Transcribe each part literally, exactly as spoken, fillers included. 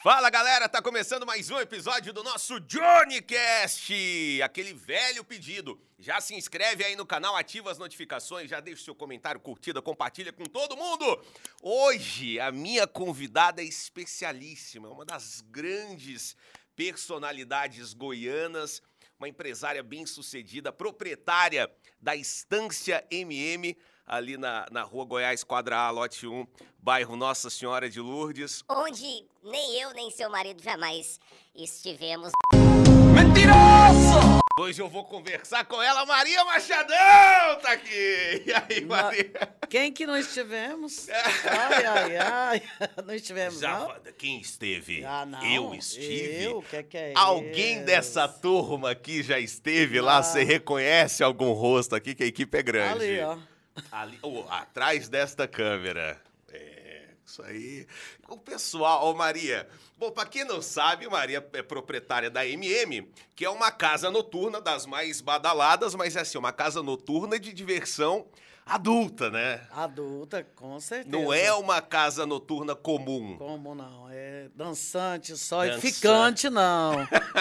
Fala, galera, tá começando mais um episódio do nosso JohnnyCast, aquele velho pedido. Já se inscreve aí no canal, ativa as notificações, já deixa o seu comentário, curtida, compartilha com todo mundo. Hoje, a minha convidada é especialíssima, uma das grandes personalidades goianas, uma empresária bem-sucedida, proprietária da Estância M M, ali na, na rua Goiás, quadra A, lote um, bairro Nossa Senhora de Lourdes. Onde nem eu nem seu marido jamais estivemos. Mentiroso! Hoje eu vou conversar com ela, Maria Machadão tá aqui! E aí, Maria? Quem que não estivemos? Ai, ai, ai, não estivemos, Já, não? Quem esteve? Ah, não. Eu estive. Eu? Que que é Alguém isso? dessa turma aqui já esteve lá? Ah. Você reconhece algum rosto aqui, que a equipe é grande? Ali, ó. Ali, oh, atrás desta câmera. É, isso aí. O pessoal, ô Maria, bom, pra quem não sabe, Maria é proprietária da M M, que é uma casa noturna das mais badaladas, mas é assim, uma casa noturna de diversão adulta, né? Adulta, com certeza. Não é uma casa noturna comum. Como não? É dançante só Dançante. e ficante, não.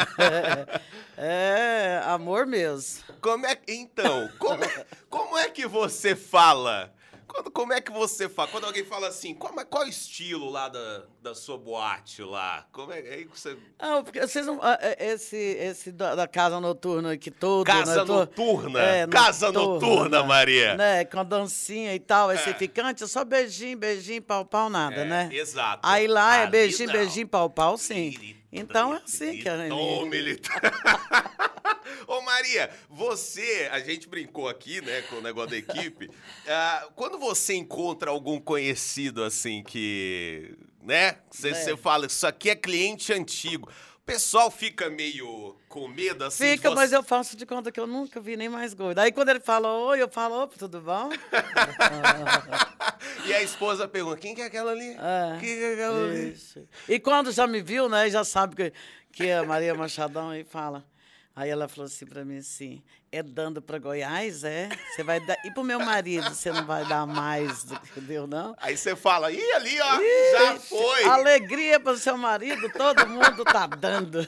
é, é amor mesmo. Como é, então, como é, como é que você fala? Quando, como é que você fala? Quando alguém fala assim, qual, é- qual é o estilo lá da, da sua boate lá? Como é, aí você... Ah, porque vocês não, ah, é, esse, esse da, da casa noturna que todo... Casa né, to- noturna? É, Casa noturna, né, Maria. Né, com a dancinha e tal, esse É. ficante, é só beijinho, beijinho, pau, pau, nada, É, né? exato. Aí lá é Ali beijinho, não. beijinho, pau, pau, sim. Militar, Então é assim que a gente... militou, militar. Ô, Maria, você, a gente brincou aqui, né, com o negócio da equipe. Ah, quando você encontra algum conhecido, assim, que, né, você É. fala, isso aqui é cliente antigo. O pessoal fica meio com medo, assim, Fica, de você... mas eu faço de conta que eu nunca vi nem mais gordo. Aí quando ele fala oi, eu falo, opa, tudo bom? E a esposa pergunta, quem que é aquela ali? É, Quem que é aquela ali? isso. E quando já me viu, né, já sabe que, que é a Maria Machadão, aí fala. Aí ela falou assim pra mim assim, é dando pra Goiás, é? Você vai dar... E pro meu marido, você não vai dar mais do que deu, não? Aí você fala, ih, ali, ó, já Ixi, foi. Alegria pro seu marido, todo mundo tá dando.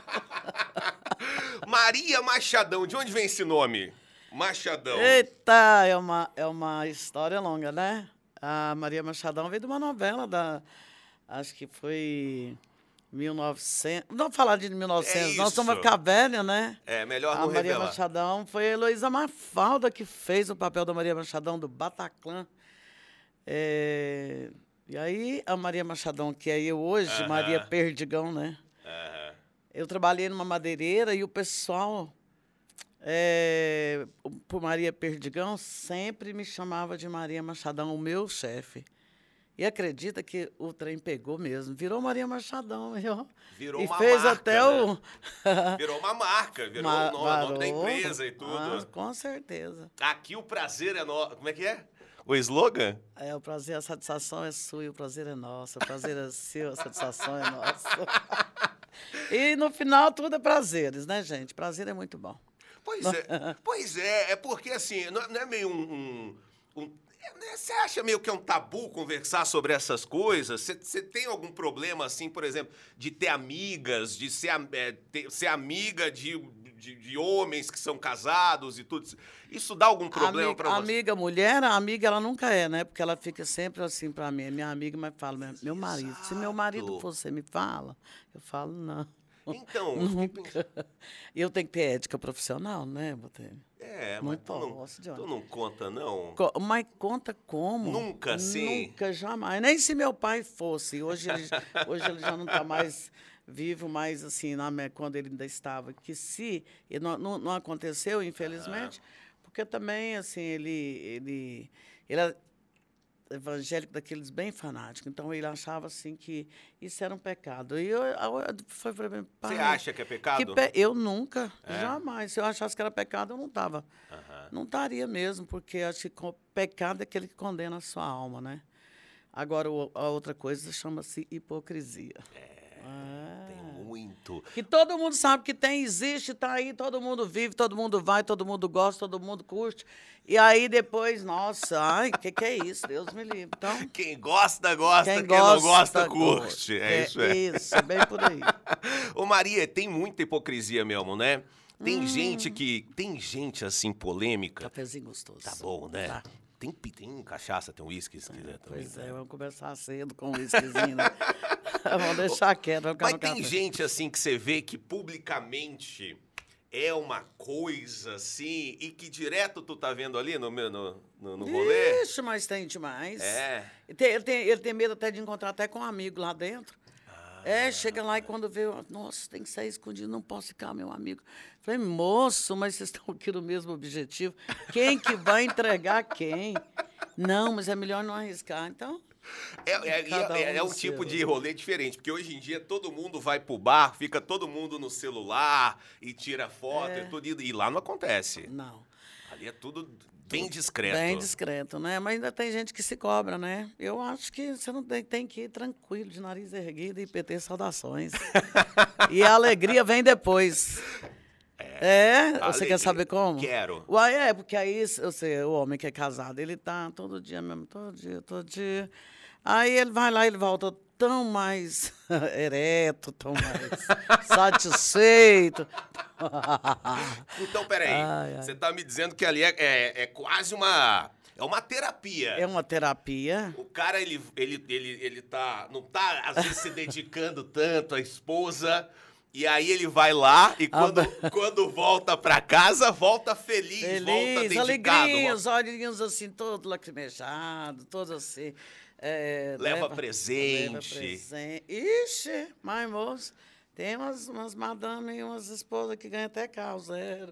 Maria Machadão, de onde vem esse nome? Machadão. Eita, é uma, é uma história longa, né? A Maria Machadão veio de uma novela da... Acho que foi... mil e novecentos... Não vou falar de mil e novecentos, É nós isso. vamos ficar velha, né? É, melhor A não Maria revelar. Machadão foi a Heloísa Mafalda que fez o papel da Maria Machadão do Bataclan. É, E aí, a Maria Machadão, que é eu hoje, Aham. Maria Perdigão, né? Aham. Eu trabalhei numa madeireira e o pessoal, é, por Maria Perdigão, sempre me chamava de Maria Machadão, o meu chefe. E acredita que o trem pegou mesmo, virou Maria Machadão. Eu, Virou e uma fez marca, até né? o... Virou uma marca, virou Ma- o nome, o nome da varou. empresa e tudo. Ah, com certeza. Aqui o prazer é nosso. Como é que é? O slogan? É, o prazer, a satisfação é sua e o prazer é nosso. O prazer é seu, a satisfação é nossa. E no final tudo é prazeres, né, gente? Prazer é muito bom. Pois é, pois é, é porque assim, não é, não é meio um... um, um é, né, você acha meio que é um tabu conversar sobre essas coisas? Você, você tem algum problema, assim, por exemplo, de ter amigas, de ser, am- é, ter- ser amiga de, de, de homens que são casados e tudo? Isso dá algum problema amiga, pra você? amiga mulher, a amiga ela nunca é, né? Porque ela fica sempre assim pra mim. É minha amiga, mas fala, meu, meu marido. Se meu marido Exato. você me fala, eu falo, não. Então, eu fiquei pensando- Nunca. E eu tenho que ter ética profissional, né, Botelho? é, mas Não tu não, posso, Johnny. tu não conta, não? Co- Mas conta como? Nunca, sim. Nunca, jamais. Nem se meu pai fosse. Hoje ele, hoje ele já não está mais vivo, mas assim, na, me- quando ele ainda estava. Que se... E não, não, não aconteceu, infelizmente, porque também, assim, ele... Ele, ele era evangélico daqueles bem fanáticos. Então, ele achava, assim, que isso era um pecado. E eu, eu, foi para mim, pai... Você acha que é pecado? Que pe- Eu nunca, É? jamais. Se eu achasse que era pecado, eu não estava. Aham. Não estaria mesmo, porque acho que co- pecado é aquele que condena a sua alma, né? Agora, o- a outra coisa chama-se hipocrisia. É. Tem muito. Que todo mundo sabe que tem, existe, tá aí, todo mundo vive, todo mundo vai, todo mundo gosta, todo mundo curte. E aí depois, nossa, ai, o que, que é isso? Deus me livre. Então, Quem gosta, gosta. quem, Quem gosta, não gosta, gosta. curte. É, isso é. Isso, bem por aí. Ô, Maria, tem muita hipocrisia mesmo, né? Tem Hum. gente que... Tem gente, assim, polêmica. Cafezinho gostoso. Tá bom, né? Tá. Tem, tem cachaça, tem uísque, se quiser também. Pois é, vamos começar cedo com o whiskyzinho, né? Vamos deixar quieto, vamos ficar Mas no tem café. gente, assim, que você vê que publicamente é uma coisa, assim, e que direto tu tá vendo ali no, meu- no, no, no rolê? Ixi, mas tem demais. É. Ele tem, ele, tem, ele tem medo até de encontrar até com um amigo lá dentro. É, chega lá e quando vê, nossa, tem que sair escondido, não posso ficar, meu amigo. Falei, moço, mas vocês estão aqui no mesmo objetivo. Quem que vai entregar quem? Não, mas é melhor não arriscar. Então, É, é, Cada é- um é um no tipo seu. de rolê diferente, porque hoje em dia todo mundo vai pro bar, fica todo mundo no celular e tira foto É. e tudo, e lá não acontece. não. Ali é tudo bem discreto. Bem discreto, né? Mas ainda tem gente que se cobra, né? Eu acho que você não tem, tem que ir tranquilo, de nariz erguido e P T saudações. E a alegria vem depois. É, você alegria. quer saber como? Quero. Uai, é, porque aí, eu sei, o homem que é casado, ele tá todo dia mesmo, todo dia, todo dia. Aí ele vai lá, ele volta tão mais ereto, tão mais satisfeito. Então, peraí, Ai, ai. você tá me dizendo que ali é, é- é quase uma... É uma terapia. É uma terapia. O cara, ele, ele, ele, ele tá, não tá, às vezes, se dedicando tanto à esposa, e aí ele vai lá e quando, quando volta pra casa, volta feliz, volta Feliz, dedicado. alegrinha, os olhinhos assim, todo lacrimejados, todo assim. é, Leva presente. Leva presente. Ixi, mas moço, tem umas, umas madame e umas esposas que ganham até carro zero.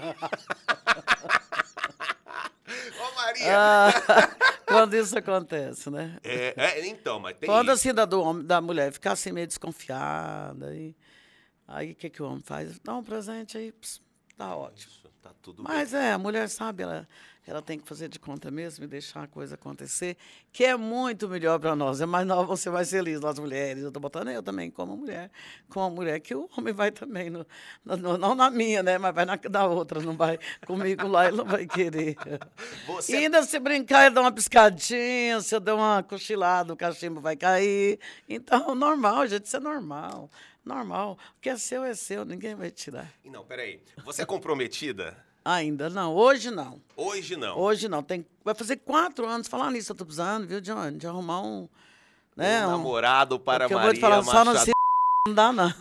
Ô, Maria! Ah, quando isso acontece, né? É, é, então, mas tem Quando isso. assim da, do homem, da mulher ficar assim meio desconfiada, aí aí o que, que o homem faz? Dá um presente aí, ps, tá ótimo. Isso, tá tudo Mas bem. é, a mulher sabe, ela, ela tem que fazer de conta mesmo e deixar a coisa acontecer, que é muito melhor para nós. É mais nós, você vai ser feliz, nós mulheres. Eu estou botando eu também como mulher, como mulher, que o homem vai também, no, no- não na minha, né? Mas vai na da outra, não vai comigo lá, ele não vai querer. Você- E ainda se brincar, ele dá uma piscadinha, se eu der uma cochilada, o cachimbo vai cair. Então, normal, gente, isso é normal. Normal. O que é seu é seu, ninguém vai tirar. E Não, peraí. Você é comprometida? Ainda não, hoje não. Hoje não. Hoje não. Tem, vai fazer quatro anos. Falar nisso, eu tô precisando, viu, John? De arrumar um. Né, um um- namorado para porque eu Maria vou te falar, só não Machado. se não dá, não.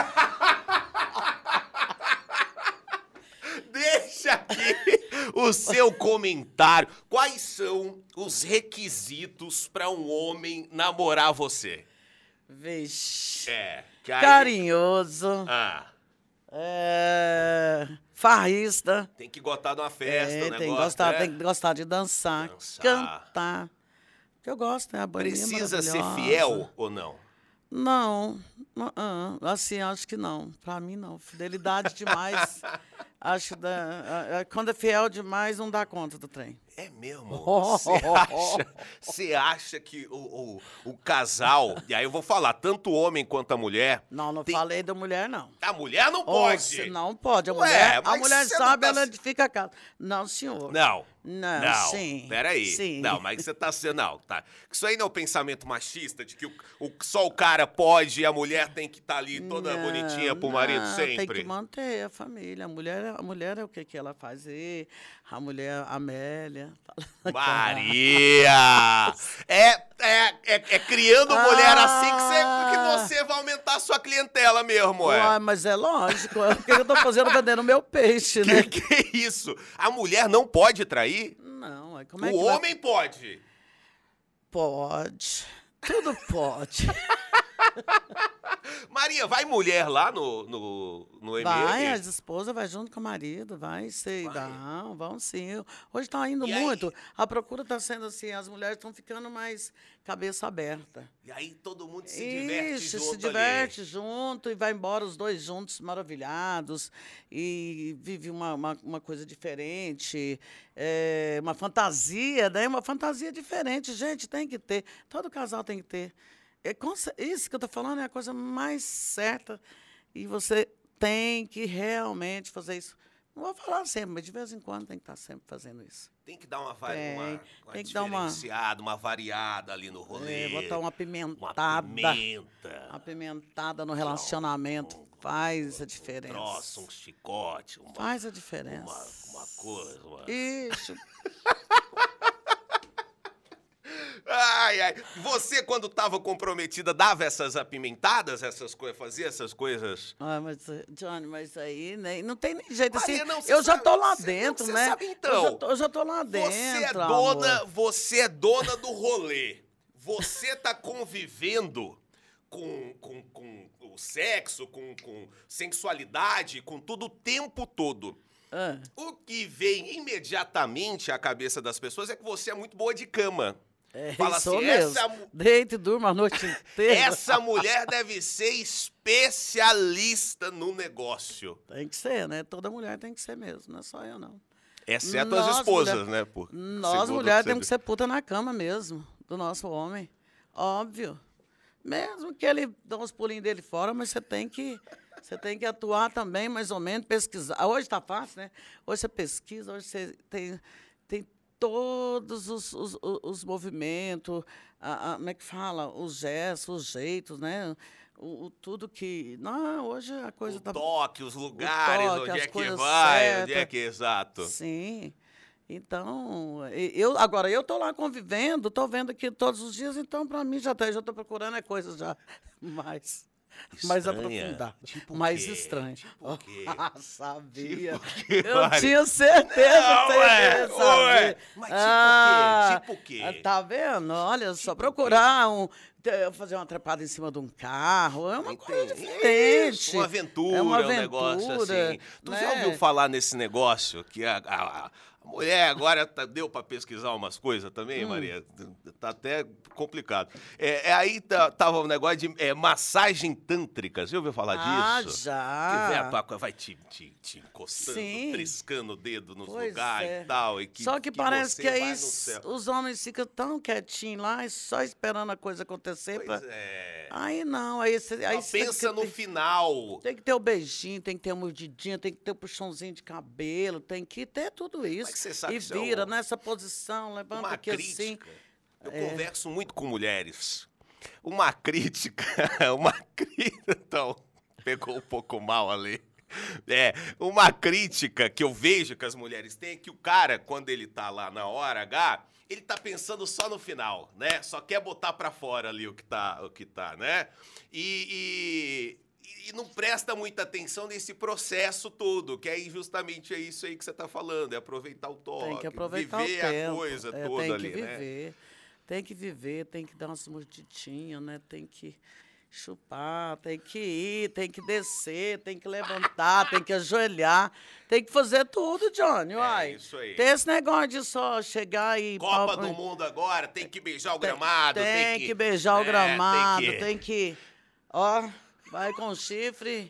Deixa aqui o seu comentário. Quais são os requisitos para um homem namorar você? Vixe. É. que aí- Carinhoso. Ah, É, farrista. tem que gostar de uma festa, É, o tem, negócio, que gostar, né? tem que gostar de dançar, Dançar. cantar. Que eu gosto, né? A boemia Precisa ser maravilhosa. fiel ou não? Não, não, ah, assim, acho que não. Pra mim, não. Fidelidade demais. Acho da, ah, ah, quando é fiel demais, não dá conta do trem. É mesmo? Você acha, você acha que o, o, o casal... E aí eu vou falar, tanto o homem quanto a mulher... Não, não Tem- falei da mulher, não. A mulher não Ô, pode. se não pode. A Ué, mulher, a mas mulher você não sabe, tá ela se- edifica a casa. Não, senhor. Não. Não, Não, sim. peraí. Sim. Não, mas você tá sendo... Não, tá. Isso aí não é o pensamento machista de que o, o- só o cara pode e a mulher tem que estar ali toda Não, bonitinha pro marido não, sempre? Tem que manter a família. A mulher, a mulher é o que, que ela faz? E a mulher, a Amélia. Maria! É, é, é, é criando mulher assim que você, que você vai aumentar a sua clientela mesmo, é. Uai, mas é lógico. O que eu tô fazendo vendendo meu peixe, né? Que, que é isso? A mulher não pode trair? Não, aí como é O que vai- homem pode. Pode. Tudo pode. Maria, vai mulher lá no, no, no M M? Vai, as esposas vai junto com o marido, vai, sei, Vai. não, vão sim. Hoje está indo E aí? muito. A procura está sendo assim, as mulheres estão ficando mais cabeça aberta. E aí todo mundo se diverte Isso, junto se diverte junto e vai embora os dois juntos, maravilhados, e vive uma, uma, uma coisa diferente, é, uma fantasia, né? Uma fantasia diferente. Gente, tem que ter, todo casal tem que ter. É, com cer- isso que eu estou falando é a coisa mais certa E você tem que realmente fazer isso. Não vou falar sempre, mas de vez em quando tem que estar sempre fazendo isso. Tem que dar uma, vari... Tem, uma, uma tem que dar uma- diferenciada, uma variada ali no rolê. É, botar uma Uma apimentada. pimenta. Uma apimentada no relacionamento faz a diferença. Troço, um chicote. Uma, Faz a diferença. uma, uma coisa. Uma... Ixi, Ai, ai. Você, quando estava comprometida, dava essas apimentadas, essas coisas, fazia essas coisas? ah, mas, eh, Johnny, mas aí nem, não tem nem jeito assim. Maria, não, você eu já sabe- tô lá você- dentro, você né? sabe, então. Eu já tô, eu já tô lá dentro. Você é amor. dona, você é dona do rolê. Você tá convivendo com, com, com o sexo, com, com sensualidade, com tudo o tempo todo. Ah, O que vem imediatamente à cabeça das pessoas é que você é muito boa de cama. é, Fala sou assim, mesmo. essa mu- Deito e durmo a noite inteira. Essa mulher deve ser especialista no negócio. Tem que ser, né? Toda mulher tem que ser mesmo, não é só eu, não. Exceto Nós, as esposas, mulher- né? Por, Nós, segundo mulheres, você temos que disse. ser puta na cama mesmo, do nosso homem. Óbvio. Mesmo que ele dê uns pulinhos dele fora, mas você tem que... Você tem que atuar também, mais ou menos, pesquisar. Hoje está fácil, né? Hoje você pesquisa, hoje você tem, tem todos os, os, os- os movimentos, a, a- como é que fala? Os gestos, os jeitos, né? O, o tudo que... Não, hoje a coisa O está... toque, os lugares, toque, onde as é que coisas vai, onde é certas. que é exato. Sim. Então, e- eu, agora, eu estou lá convivendo, estou vendo aqui todos os dias, então, para mim, já está, já estou procurando é coisas já mais, mais Estranha? aprofundadas, Tipo o mais quê? estranho. Tipo o quê? Ah, sabia. quê, Eu Mari? tinha certeza Não, que você ué, ia saber. ué. Mas tipo o quê? Tipo o quê? ah, Tá vendo? Olha, só Tipo procurar um, te- fazer uma trepada em cima de um carro, é uma coisa Entendi. diferente. Isso, uma aventura, é uma um negócio aventura, assim. Tu né? já ouviu falar nesse negócio que a, a- a mulher agora tá- deu pra pesquisar umas coisas também, Hum. Maria? Tá até complicado. É, é, aí tá- tava um negócio de é, massagem tântrica. Você ouviu falar Ah, disso? Que já. vem a tua- vai te, te, te encostando, Sim. triscando o dedo nos Pois lugares é. e tal. E que, Só que, parece você que vai aí no s- céu. os homens ficam tão quietinhos lá, e só esperando a coisa acontecer. Pois pra- é. Aí não, aí você aí Só você pensa tem, no que- final. tem que ter o beijinho, tem que ter a mordidinha, tem que ter o puxãozinho de cabelo, tem que ter tudo isso. que você sabe e que isso é vira um- nessa posição, levanta Uma aqui crítica. assim. Eu É. converso muito com mulheres. Uma crítica, uma crítica. Então, pegou um pouco mal ali. É, uma crítica que eu vejo que as mulheres têm é que o cara, quando ele tá lá na hora H, ele tá pensando só no final, né? Só quer botar pra fora ali o que tá, o que tá, né? E, e, e não presta muita atenção nesse processo todo, que é justamente é isso aí que você tá falando, é aproveitar o toque, Tem que aproveitar viver o tempo. a coisa é, toda tem ali, que né? viver. Tem que viver, tem que dar umas mordidinhas, né? Tem que chupar, tem que ir, tem que descer, tem que levantar, tem que ajoelhar, tem que fazer tudo, Johnny, uai. É isso aí. Tem esse negócio de só chegar e... Copa pau- do Mundo agora, tem que beijar o Tem- gramado, tem, tem que, beijar o né, gramado, tem que- tem que... Ó, vai com chifre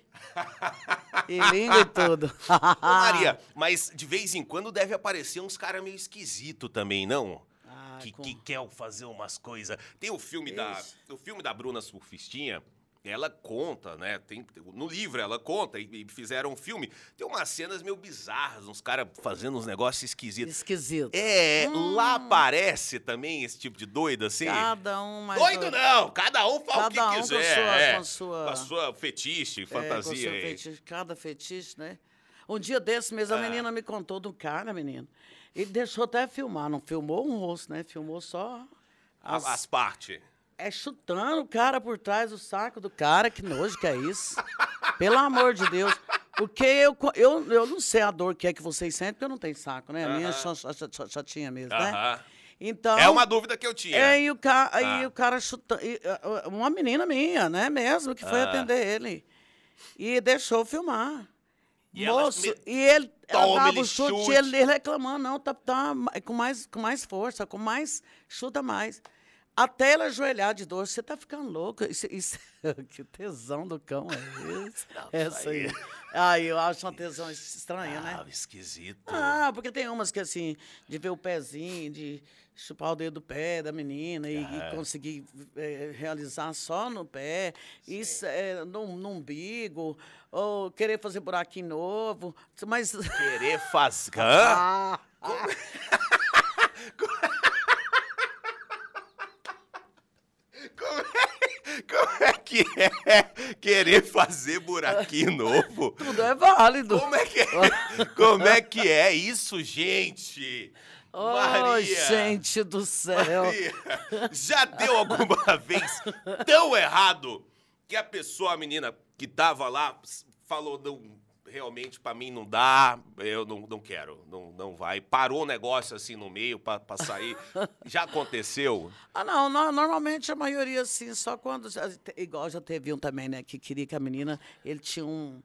e língua e tudo. Ô, Maria, mas de vez em quando deve aparecer uns caras meio esquisito também, não? Ah, que, com- que quer fazer umas coisas. Tem o filme da, Ixi. o filme da Bruna Surfistinha, ela conta, né? Tem, no livro ela conta, e, e fizeram um filme. Tem umas cenas meio bizarras, uns caras fazendo uns negócios esquisitos. Esquisito. É, lá aparece também esse tipo de doido, assim? Cada um mais... Doido não, cada um faz o que Cada um com quiser. sua- é. com a sua- Com a sua fetiche, É, com fantasia seu aí. fetiche, cada fetiche, né? Um dia desse mesmo, a Ah. menina me contou do cara, menino. Ele deixou até filmar, não filmou um rosto, né? Filmou só A- as... As partes. É chutando o cara por trás do saco do cara, que nojo que é isso. Pelo amor de Deus. Porque eu, co- eu, eu não sei a dor que é que vocês sentem, porque eu não tenho saco, né? A minha é Aham. cha- cha- cha- chatinha mesmo, né? Aham. Então... É uma dúvida que eu tinha. É, e o, ca... aí Ah. o cara chutando. Uma menina minha, né, mesmo, que foi Ah. atender ele. E deixou filmar. E ela Moço, me- e ele ela Toma, dava ele o chute, chute. e ele, ele reclamando, não, tá, tá ma- com, mais, com mais força, com mais, chuta mais. Até ela ajoelhar de dor. Você tá ficando louca. Isso, isso, que tesão do cão é esse? Não, Essa aí- aí. Ah, eu acho uma tesão estranha, né? Ah, esquisito. Ah, porque tem umas que, assim, de ver o pezinho, de chupar o dedo do pé da menina e, e conseguir eh, realizar só no pé, isso é, no, no umbigo, ou querer fazer buraquinho novo, mas... Querer fazer... Hã? Ah, Como é, como é que é querer fazer buraquinho novo? tudo é válido. Como é que é, como é, que é isso, gente? Oh, Maria, gente do céu. Maria, já deu alguma vez tão errado que a pessoa, a menina que tava lá, falou, não, realmente pra mim não dá, eu não, não quero, não, não vai. Parou o negócio assim no meio pra, pra sair. Já aconteceu? Ah, não, no- normalmente a maioria, assim, só quando... Igual já teve um também, né, que queria que a menina, ele tinha um...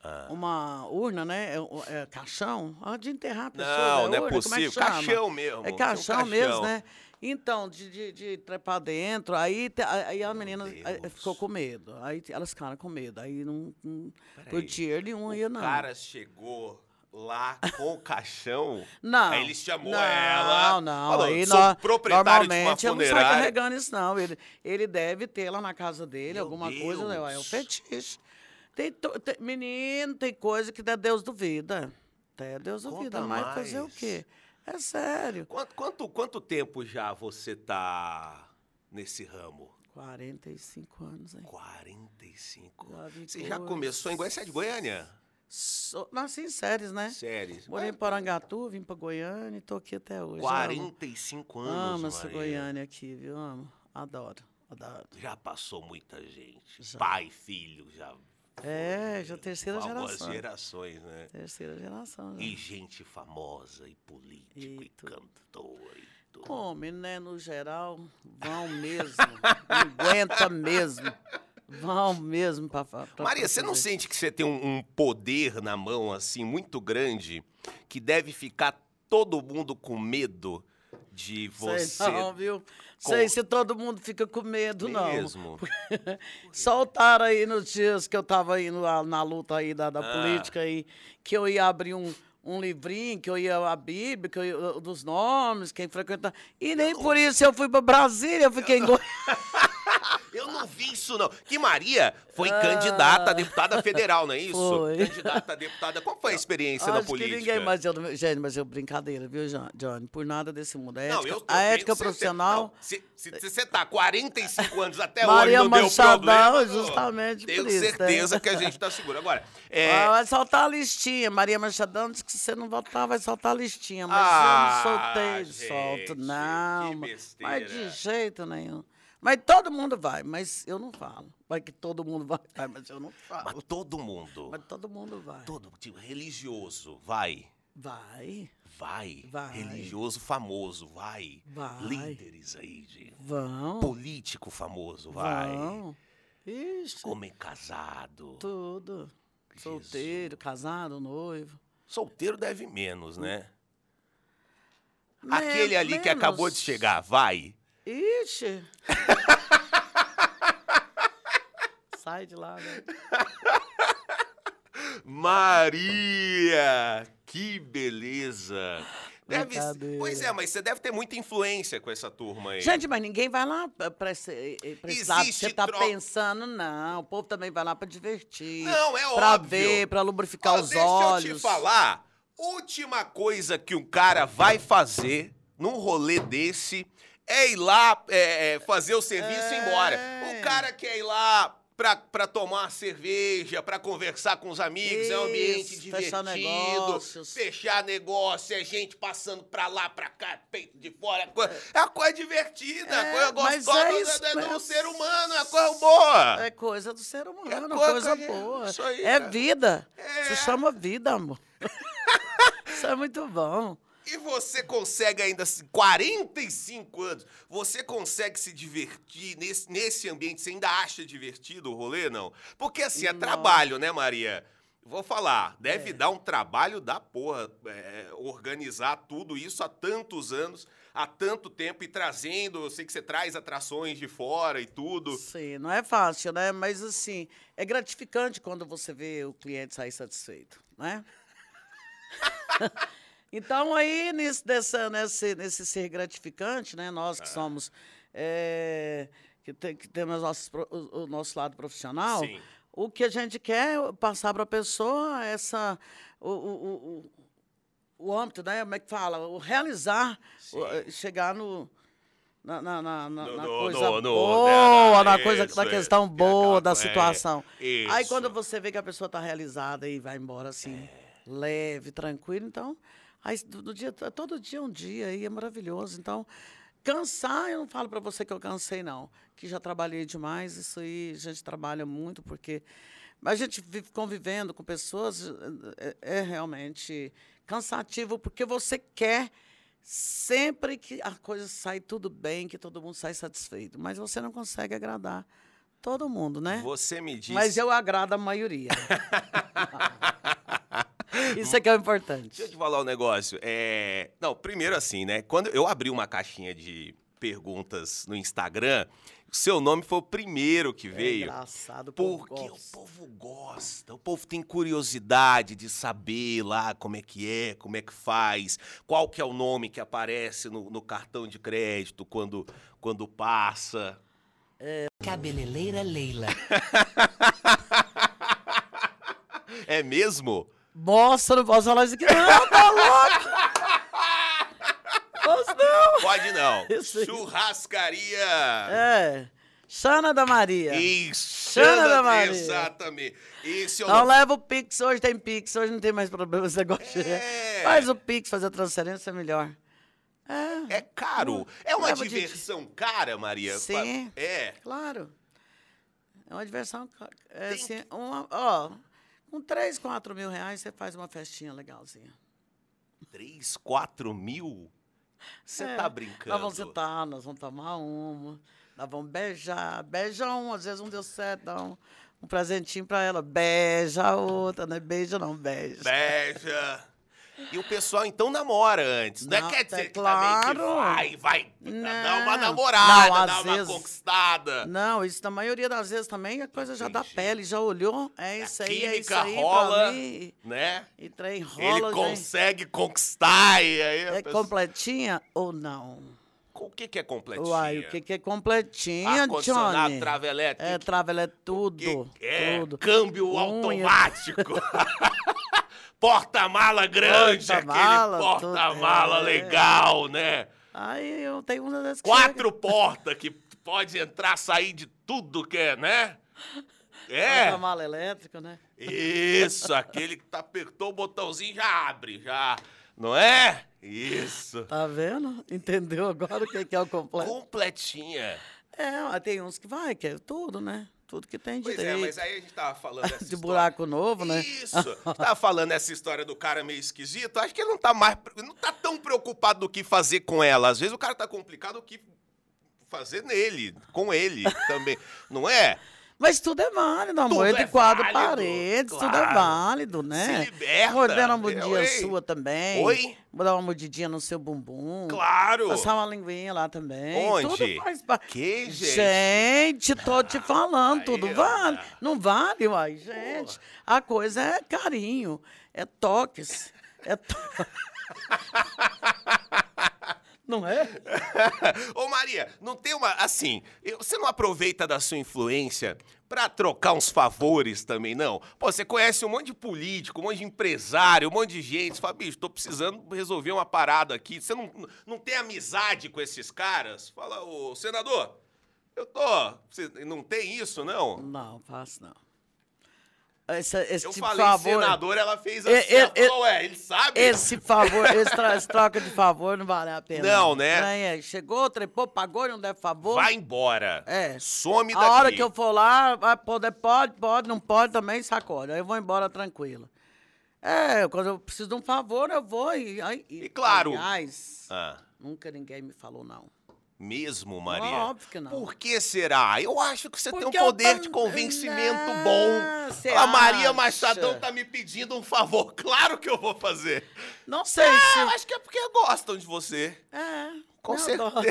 Uma urna, né? É, um- é caixão? Ah, de enterrar a pessoa. Não, é não é urna, como possível. que chama? Caixão mesmo, É tinha um caixão mesmo, caixão. né? Então, de, de, de trepar dentro, aí, te- aí a menina eh, Deus. ficou com medo. Aí elas ficaram com medo. Aí não, não Peraí. por dinheiro nenhum ia, não. O cara chegou lá com o caixão. Não. Aí ele chamou não, ela. Não, Falou, aí sou nó- proprietário de uma normalmente eu não saio funerária. carregando isso, não. Ele, ele deve ter lá na casa dele Meu alguma coisa, né? É o Deus. fetiche. Tem, to- tem- menino, tem coisa que Deus duvida. Até Deus duvida, Conta mas fazer o mais. quê? É sério. Quanto, quanto, quanto tempo já você tá nesse ramo? quarenta e cinco anos, hein? quarenta e cinco. Já vi Você já coisas. começou em Goiânia? Você é de Goiânia? Sou- nasci em séries, né? Sério? Morei em Porangatu, vim pra Goiânia e tô aqui até hoje. quarenta e cinco Amo, anos, amo essa Maria. Goiânia aqui, viu? Amo. Adoro, adoro. Já passou muita gente. Já. Pai, filho, já. É, já terceira Algumas geração. gerações, né? Terceira geração. Já. E gente famosa, e político, e, E tudo. cantor, e tudo. Homem, né? No geral, vão mesmo. Não aguenta mesmo. Vão mesmo pra, pra Maria, pra você não fazer. sente que você tem um, um poder na mão, assim, muito grande, que deve ficar todo mundo com medo de você... Sei não, viu? Sei se todo mundo fica com medo, não. Mesmo? Soltaram aí nos dias que eu tava indo lá na luta aí da, da Ah. política aí, que eu ia abrir um, um livrinho, que eu ia a Bíblia, que eu ia, dos nomes, quem frequenta. E nem por isso eu fui pra Brasília, eu fiquei em Goiás. Eu não vi isso, não. Que Maria foi candidata a deputada federal, não é isso? Ah. Foi. Candidata a deputada. Como foi a experiência na Acho que política? ninguém, mas eu, gente, mas eu brincadeira, viu, Jo- Johnny? Por nada desse mundo. A ética, Não, eu, eu a ética tenho certeza. profissional. Não, Se se- se você tá quarenta e cinco anos até Maria hoje não deu Machadão, problema... não. justamente Tenho por isso, né? certeza que a gente tá seguro. Agora, é... Ah, vai soltar a listinha. Maria Machadão disse que se você não votar, vai soltar a listinha. Mas Ah, eu não soltei, gente, solto, não. que mas- besteira. Mas de jeito nenhum. Mas todo mundo vai, mas eu não falo. Vai que todo mundo vai, vai, mas eu não falo. Mas todo mundo, Mas todo mundo vai. todo tipo, religioso, vai. Vai, Vai. Vai. Religioso famoso, vai. Vai. Líderes aí de... vão, Político famoso, vai. vão. Ixi, Homem casado. tudo. Jesus. Solteiro, casado, noivo. Solteiro deve menos, né? Men- Aquele ali que acabou menos. de chegar, vai. Ixi. Sai de lá, né? Maria! Que beleza! Deve, Brincadeira. pois é, mas você deve ter muita influência com essa turma aí. Gente, mas ninguém vai lá pra- pra esse, pra esse lado que Existe você tá tro- pensando, não. O povo também vai lá pra divertir. Não, é Pra óbvio. ver, pra lubrificar Ó, os deixa olhos. eu te falar. Última coisa que um cara vai fazer num rolê desse é ir lá é, é, fazer o serviço e ir embora. É. O cara quer ir lá pra, pra tomar uma cerveja, pra conversar com os amigos, é um ambiente Isso, divertido. fechar negócios. Fechar negócio, é gente passando pra lá, pra cá, peito de fora. É, coisa, é uma coisa divertida, é, É, coisa mas gostosa é do- isso do, do mesmo. ser humano, é coisa boa. É coisa do ser humano, É coisa, coisa- boa. isso aí, é cara. vida. É. Se chama vida, amor. Isso é muito bom. E você consegue ainda, assim, quarenta e cinco anos, você consegue se divertir nesse, nesse ambiente? Você ainda acha divertido o rolê, não? Porque, assim, é Não. trabalho, né, Maria? Vou falar, É. deve dar um trabalho da porra é, organizar tudo isso há tantos anos. há tanto tempo e trazendo, eu sei que você traz atrações de fora e tudo. Sim, não é fácil, né? Mas, assim, é gratificante quando você vê o cliente sair satisfeito, né? Então, aí, nisso, dessa, nesse, nesse ser gratificante, né? Nós que Ah. somos, é, que, te, que temos nossos, pro- o, o nosso lado profissional, Sim. o que a gente quer é passar para a pessoa essa, o, o, o, o o âmbito, né? Como é que fala? O realizar, Sim. o, eh, chegar no, na, na, na, na- No- na no- coisa no- no- boa, na- na, coisa, isso, na é. questão É boa aquela da co- é, situação. Aí isso. quando você vê que a pessoa está realizada e vai embora assim, leve, tranquilo, então, aí do, do dia, todo dia é um dia aí é maravilhoso. Então, cansar, eu não falo para você que eu cansei, não. Que já trabalhei demais, isso aí a gente trabalha muito, porque a gente vive convivendo com pessoas, é, é realmente cansativo, porque você quer sempre que a coisa sai tudo bem, que todo mundo sai satisfeito. Mas você não consegue agradar todo mundo, né? Você me disse... Mas eu agrado a maioria. Isso é que é o importante. Deixa eu te falar um negócio. É... Não, primeiro assim, né? Quando eu abri uma caixinha de perguntas no Instagram, o seu nome foi o primeiro que É veio. engraçado, o povo Porque gosta. o povo gosta, o povo tem curiosidade de saber lá como é que é, como é que faz, qual que é o nome que aparece no, no cartão de crédito quando, quando passa. Cabeleireira Leila. É mesmo? Nossa, não posso falar isso aqui não, tá louco? Posso não. Pode não. Isso aí. Churrascaria. É, Xana da Maria. Isso. Xana da Maria. Exatamente. Esse é o Então nome. leva o Pix, hoje tem Pix, hoje não tem mais problema esse negócio. É. Faz o Pix, fazer a transferência é melhor. É, É caro. É uma Leva de- diversão cara, Maria? Sim. É. claro. É uma diversão. ca- É, Tem assim, uma, ó, com três, quatro mil reais você faz uma festinha legalzinha. Três, quatro mil? Você É, tá brincando? Nós vamos sentar, nós vamos tomar uma, nós vamos beijar. Beija um, às vezes um deu certo, dá um, um presentinho pra ela. Beija a outra, não é beija não, beija. Beija. E o pessoal, então, namora antes. Não, Não, é quer dizer é que também que claro. vai, vai dar uma Não. namorada, Não, às dar uma vezes- conquistada. Não, isso na maioria das vezes também a coisa já dá Entendi. pele, já olhou, é isso A aí, é isso química aí rola, pra mim. né? E trem Ele rola, gente. consegue conquistar e aí... a É pessoa- completinha ou não? O que, que é completinha? Uai, o que, que é completinha, Ar-condicionado, Johnny? trava elétrica. É, trava é tudo, que é tudo. câmbio Unha. automático. Porta-mala grande, Porta-mala, aquele porta-mala tudo, é. legal, né? Aí eu tenho uma das que Quatro portas que pode entrar, sair de tudo que é, né? chega, É, porta-mala elétrica, né? isso, aquele que tá, apertou o botãozinho já abre, já, não é? Isso. Tá vendo? Entendeu agora o que que é o completo? Completinha. É, mas tem uns que vai, que é tudo, né? Tudo que tem Pois direito. é, mas aí a gente tava falando essa De história. buraco novo, né? Isso. Tava falando essa história do cara meio esquisito. Acho que ele não tá mais, não tá tão preocupado do que fazer com ela. Às vezes o cara tá complicado o que fazer nele, com ele também, não é? Mas tudo é válido, amor. Tudo De é quatro válido, paredes, tudo é claro. válido, né? Se liberta. Vou dar uma Eu, mordidinha hein? sua também. Oi? Vou dar uma mordidinha no seu bumbum. Claro. Passar uma linguinha lá também. Onde? Tudo faz parte. Que, gente? Gente, tô te falando, Aí, tudo ó. vale. Não vale, uai, gente. A coisa é carinho, é toques, é to... Não é? Ô Maria, não tem uma, assim, eu- você não aproveita da sua influência pra trocar uns favores também, não? Pô, você conhece um monte de político, um monte de empresário, um monte de gente, você fala, bicho, tô precisando resolver uma parada aqui, você não, não tem amizade com esses caras? Fala, ô senador, eu tô, você não tem isso, não? Não, faço não. Esse, esse Eu tipo falei de favor. senador, ela fez É, assim, é, ela falou, ué, ele sabe? Esse favor, esse, tra- esse troca de favor não vale a pena. Não, né? Não é. Chegou, trepou, pagou, não deve favor. Vai embora. É. Some daqui. A hora que eu for lá, vai poder, pode, pode, não pode também, sacode. Aí eu vou embora tranquilo. É, quando eu preciso de um favor, eu vou e... aí- E claro. Aliás, Ah, nunca ninguém me falou não. mesmo, Maria? Óbvio que não. Por que será? Eu acho que você tem Porque um eu poder tam- de convencimento Não, bom. você A Maria acha? Machadão tá me pedindo um favor. Claro que eu vou fazer. Não sei Ah, se... eu acho que é porque gostam de você. É. Com Eu certeza. adoro.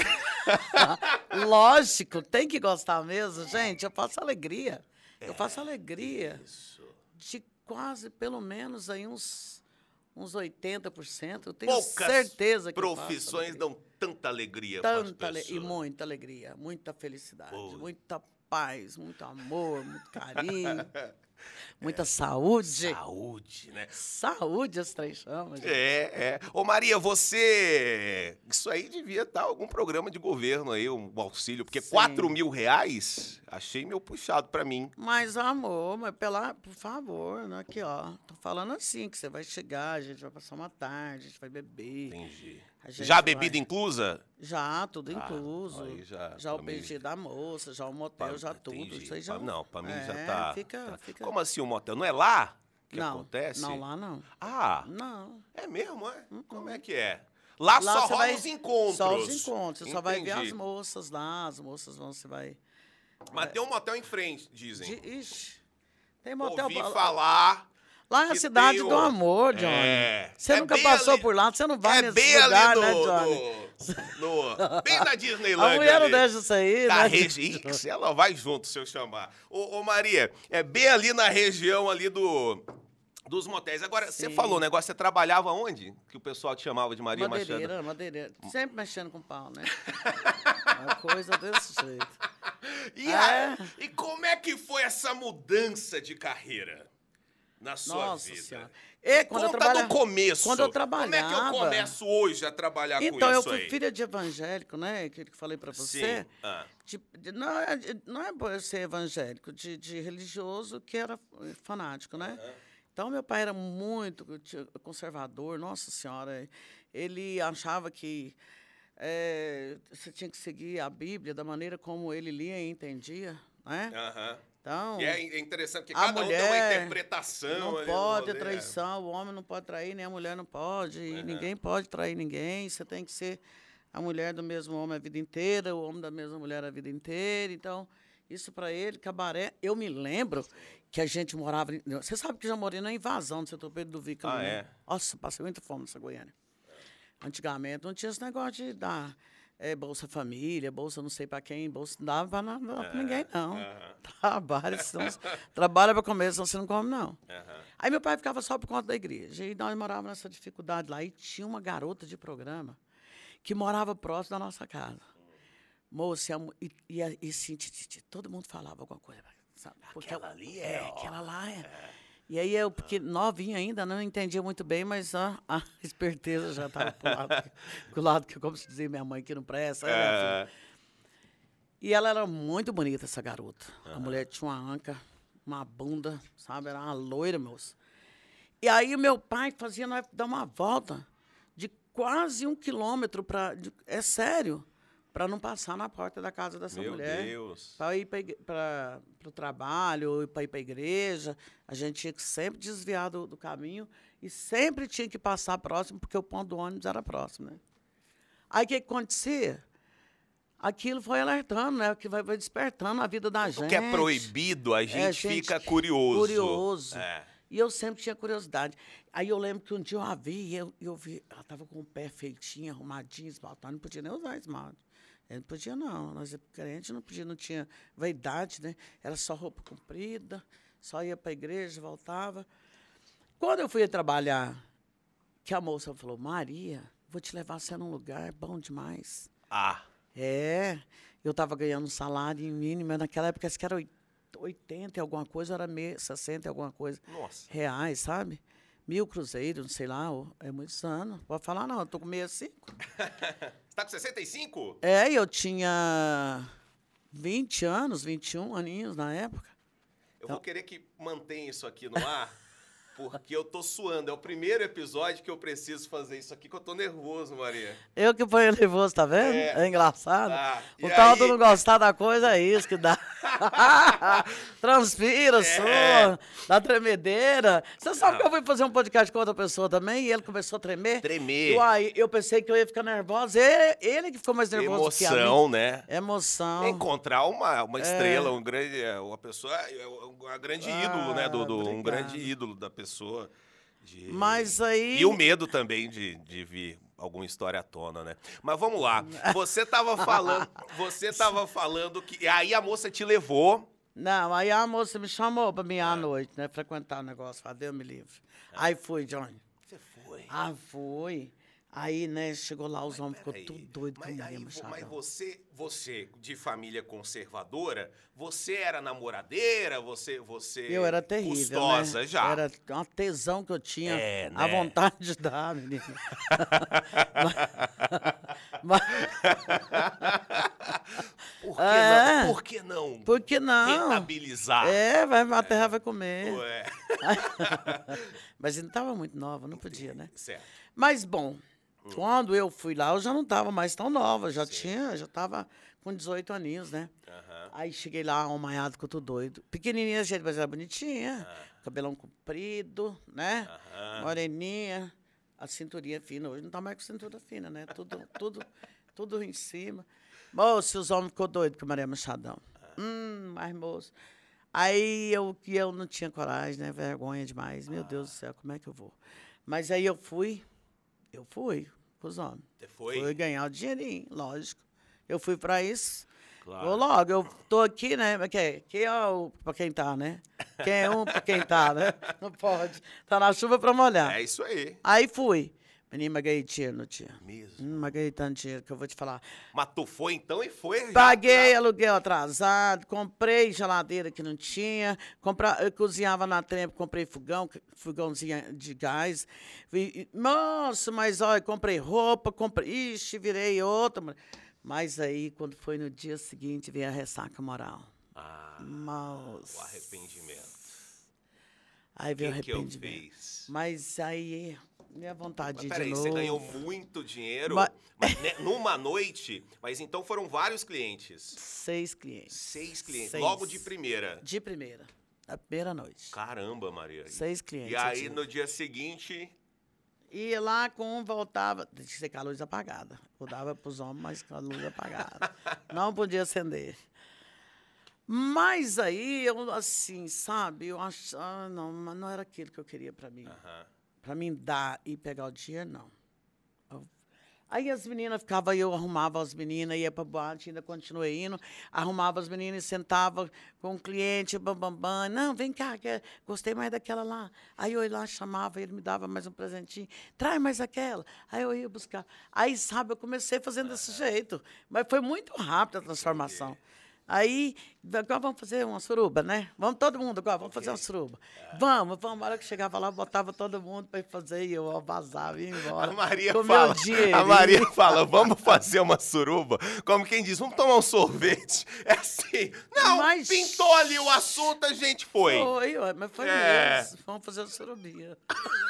Lógico, tem que gostar mesmo, gente. Eu faço alegria. Eu faço alegria Isso. de quase, pelo menos, aí uns, uns oitenta por cento. Eu tenho Poucas certeza que eu faço profissões alegria. dão tanta alegria para as Tanta ale- pessoas. e muita alegria, muita felicidade, Pô. muita paz, muito amor, muito carinho, muita saúde. Saúde, né? Saúde, as três chamas. gente. É, é. Ô, Maria, você... Isso aí devia estar algum programa de governo aí, um auxílio, porque Sim. quatro mil reais, achei meio puxado pra mim. Mas, amor, mas pela, por favor, né? Aqui, ó. Tô falando assim, que você vai chegar, a gente vai passar uma tarde, a gente vai beber. Entendi. A gente Já a vai- bebida inclusa? Já, tudo Ah, incluso. aí já, já o pra mim- peixe da moça, já o motel, Pra- já tudo. entendi. Isso aí já... Pra- Não, pra mim já É, tá... Fica, tá. fica... Como assim o motel? Não é lá que não, acontece? não, lá não. Ah, Não. é mesmo, é? Como é que é? Lá, só você rola vai- os encontros. Só os encontros. Você só vai ver Entendi. as moças lá, as moças vão, você vai... Mas tem um motel em frente, dizem. De, ixi, tem motel... Ouvi lá- falar... Lá é a que cidade tem do o- amor, Johnny. É. Você É nunca bem passou ali- por lá, você não vai é nesse bem lugar, ali né, no, Johnny? no, no- bem na Disneylândia. A mulher não ali. deixa isso aí, Da né? região. Ela vai junto se eu chamar. Ô, ô, Maria, é bem ali na região ali do, dos motéis. Agora, você Sim. falou o negócio, você trabalhava onde? Que o pessoal te chamava de Maria Machado? Madeireira, madeireira. Sempre mexendo com pau, né? Uma coisa desse jeito. E, É. a- e como é que foi essa mudança de carreira na sua Nossa vida? Senhora. E quando eu Conta trabalha- do começo. quando eu Como é que eu trabalhava- começo hoje a trabalhar Então, com eu isso fui aí? filha de evangélico, né? Aquele que falei pra você. Sim. Ah. De- de- não, é, de- não é por eu ser evangélico, de, de religioso que era eh, fanático, né? Então, meu pai era muito ti- conservador, nossa senhora. Ele achava que eh, você tinha que seguir a Bíblia da maneira como ele lia e entendia, né? Aham. Então, E é interessante que a cada um tem uma mulher interpretação. não ali no pode rolê. traição, o homem não pode trair, nem a mulher não pode, e ninguém pode trair ninguém, você tem que ser a mulher do mesmo homem a vida inteira, o homem da mesma mulher a vida inteira, então, isso para ele, cabaré, eu me lembro que a gente morava, em- você sabe que já morei na invasão do setor Pedro do Vica, Ah, né? é? Nossa, passei muita fome nessa Goiânia. Antigamente não tinha esse negócio de dar eh, Bolsa Família, Bolsa não sei para quem, Bolsa não dava para É, ninguém, não. aham. Trabalha, senão, trabalha para comer, senão você não come, não. Aham. Aí meu pai ficava só por conta da igreja. E nós morávamos nessa dificuldade lá. E tinha uma garota de programa que morava próximo da nossa casa. Moça, e, a mu- e, e, a- e assim, ti- ti- ti, todo mundo falava alguma coisa. Sabe? Porque Aquela ela- ali é, ó. aquela lá é. E aí eu, porque novinha ainda, não entendia muito bem, mas ó, a esperteza já estava pro lado, que- pro lado que, como se dizia minha mãe, que não presta. né, filho? É. E ela era muito bonita, essa garota. A mulher tinha uma anca, uma bunda, sabe? Era uma loira, moço. E aí meu pai fazia nós dar uma volta de quase um quilômetro para... É sério, para não passar na porta da casa dessa Meu mulher. Deus. Para ir para o trabalho, para ir para a igreja. A gente tinha que sempre desviar do, do caminho e sempre tinha que passar próximo, porque o ponto do ônibus era próximo, né? Aí o que, que acontecia? Aquilo foi alertando, né? Que vai, vai despertando a vida da gente. O que é proibido, a gente, É, gente, fica curioso. Curioso. É. E eu sempre tinha curiosidade. Aí eu lembro que um dia eu a vi e eu, eu vi, ela estava com o pé feitinho, arrumadinho, esmaltado. Não podia nem usar esmalte. Não podia, não. Nós, crente, não podia, não tinha vaidade, né? Era só roupa comprida, só ia para a igreja, voltava. Quando eu fui trabalhar, que a moça falou, Maria, vou te levar você num lugar bom demais. Ah, É, eu estava ganhando um salário mínimo, mas naquela época acho que era oit- oitenta e alguma coisa, era me- sessenta e alguma coisa, nossa. reais, sabe? Mil cruzeiros, não sei lá, ó, é muitos anos. Pode falar, não, eu tô com sessenta e cinco. Você tá com sessenta e cinco? É, eu tinha vinte anos, vinte e um aninhos na época. Eu vou querer que mantenha isso aqui no ar, porque eu tô suando. É o primeiro episódio que eu preciso fazer isso aqui, que eu tô nervoso, Maria. Eu que ponho nervoso, tá vendo? É. É, engraçado. Ah, o e tal aí- do não gostar da coisa é isso que dá. Transpira, É. sua, dá tremedeira. Você sabe que eu fui fazer um podcast com outra pessoa também e ele começou a tremer? Tremer. E aí eu pensei que eu ia ficar nervosa. Ele, ele que ficou mais nervoso que a mim. Emoção, né? Emoção. Encontrar uma, uma estrela, um grande, uma pessoa, uma grande Ah, ídolo, né, do, do- um obrigado. grande ídolo da pessoa. De- Mas aí... E o medo também de, de vir alguma história à tona, né? Mas vamos lá. Você tava falando, você tava falando que aí a moça te levou. Não, aí a moça me chamou pra mim à noite, né? Frequentar o negócio. Falei, Deus me livre. Aí fui, Johnny. Você foi. Ah, fui. Aí, né, chegou lá, os homens ficou Peraí, tudo doido com mas, Maria aí, Machado. mas você, você, de família conservadora, você era namoradeira? Você, você Eu era terrível, custosa né? já? Era uma tesão que eu tinha, É, a né? vontade de dar, menino. mas, Por que É. não? Por que não? por que não? Rentabilizar. É, vai, a terra vai comer. Ué. Mas eu não estava muito nova, não podia, né? Certo. Mas, bom, quando eu fui lá, eu já não estava mais tão nova, já tinha, já estava com dezoito aninhos, né? Aham. Aí cheguei lá, um maiado, ficou tudo doido. Pequenininha, gente, mas era bonitinha. Cabelão comprido, né? Aham. Moreninha, a cinturinha fina. Hoje não tá mais com cintura fina, né? Tudo, tudo, tudo em cima. Moço, os homens ficou doidos com a Maria Machadão. Hum, mas moço. Aí eu, que eu não tinha coragem, né? Vergonha demais. Meu Deus do céu, como é que eu vou? Mas aí eu fui, eu fui com os homens. Você foi? Fui ganhar o dinheirinho, lógico. Eu fui pra isso. Claro. Vou logo, eu tô aqui, né? Mas Quem, quem é o pra quem tá, né? Quem é um pra quem tá, né? Não pode. Tá na chuva pra molhar. É isso aí. Aí fui. Menino, mas ganhei dinheiro, não tinha. Mesmo. Hum, mas ganhei tanto dinheiro que eu vou te falar. Mas tu foi então e foi? já- Paguei já- aluguel atrasado, comprei geladeira que não tinha, compra, eu cozinhava na trempa, comprei fogão, fogãozinho de gás. E- e- Nossa, mas olha, comprei roupa, comprei. Ixi, virei outra. mulher. Mas aí, quando foi no dia seguinte, veio a ressaca moral. Ah, Nossa. o arrependimento. Aí O veio que, o que eu arrependimento. fiz? Mas aí, minha vontade Mas de ir de peraí, novo. você ganhou muito dinheiro Mas- mas, né, numa noite, mas então foram vários clientes. Seis clientes. Seis clientes, Seis. logo de primeira. De primeira. Da primeira noite. Caramba, Maria. Seis clientes. E eu aí, tive. no dia seguinte, Ia lá com um, voltava. Tinha que ser com a luz apagada. Eu dava para os homens, mas com a luz apagada. Não podia acender. Mas aí, eu, assim, sabe, eu acho. Ah, não, mas não era aquilo que eu queria para mim. aham, Para mim dar e pegar o dinheiro, não. Eu- Aí as meninas ficavam, eu arrumava as meninas, ia para boate, ainda continuei indo, arrumava as meninas e sentava com o cliente, bam, bam, bam. Não, vem cá, que gostei mais daquela lá. Aí eu ia lá, chamava, ele me dava mais um presentinho, traz mais aquela. Aí eu ia buscar. Aí, sabe, eu comecei fazendo desse jeito. Mas foi muito rápida a transformação. Aí, agora vamos fazer uma suruba, né? Vamos todo mundo agora, vamos fazer uma suruba. Vamos, vamos. A hora que chegava lá, botava todo mundo para ir fazer e eu vazava e ia embora. A Maria Com fala, meu dinheirinho. a Maria fala, vamos fazer uma suruba? Como quem diz, vamos tomar um sorvete? É assim, não, Mas- pintou ali o assunto, a gente foi. Foi, ué, mas foi É. mesmo. Vamos fazer uma surubinha.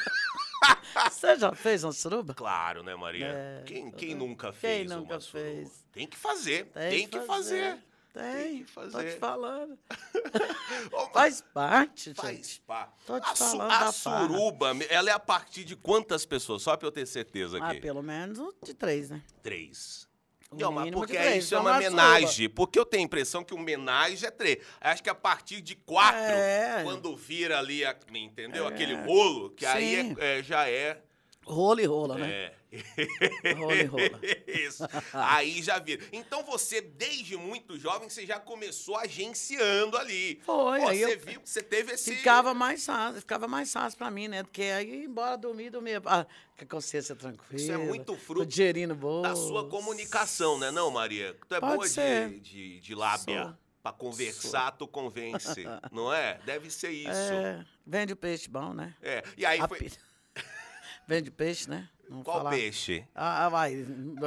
Você já fez uma suruba? Claro, né, Maria? É. Quem, quem nunca Quem fez nunca uma suruba? fez? Tem que fazer, tem, que fazer. Tem, que tô te fazer. falando. Ô, Faz parte, Faz gente. pá. Tô te A, su- falando a da farra. suruba, ela é a partir de quantas pessoas? Só pra eu ter certeza Ah, aqui. pelo menos de três, né? Três. O Não, mas mínimo de porque três, aí isso é então uma uma homenagem. Porque eu tenho a impressão que o homenagem é três. Acho que a partir de quatro, É. quando vira ali, a- entendeu? Aquele rolo, que aí Sim. é- é- já é... Rola e rola, né? É. Rola e rola. Isso. Aí já vira. Então você, desde muito jovem, você já começou agenciando ali. Foi, Pô, aí você eu- viu, você teve esse... Ficava mais fácil, ficava mais fácil pra mim, né? Porque aí, embora dormir, dormia. Ah, com a consciência tranquila. Isso é muito com fruto o dinheirinho bom. da sua comunicação, né, não, Maria? Tu é Pode boa ser. de, de, de lábia. Sou. Pra conversar, tu convence. Não é? Deve ser isso. É, vende o peixe bom, né? É. E aí A foi... pi- Vende peixe, né? Vamos Qual falar. peixe? Ah, ah, vai.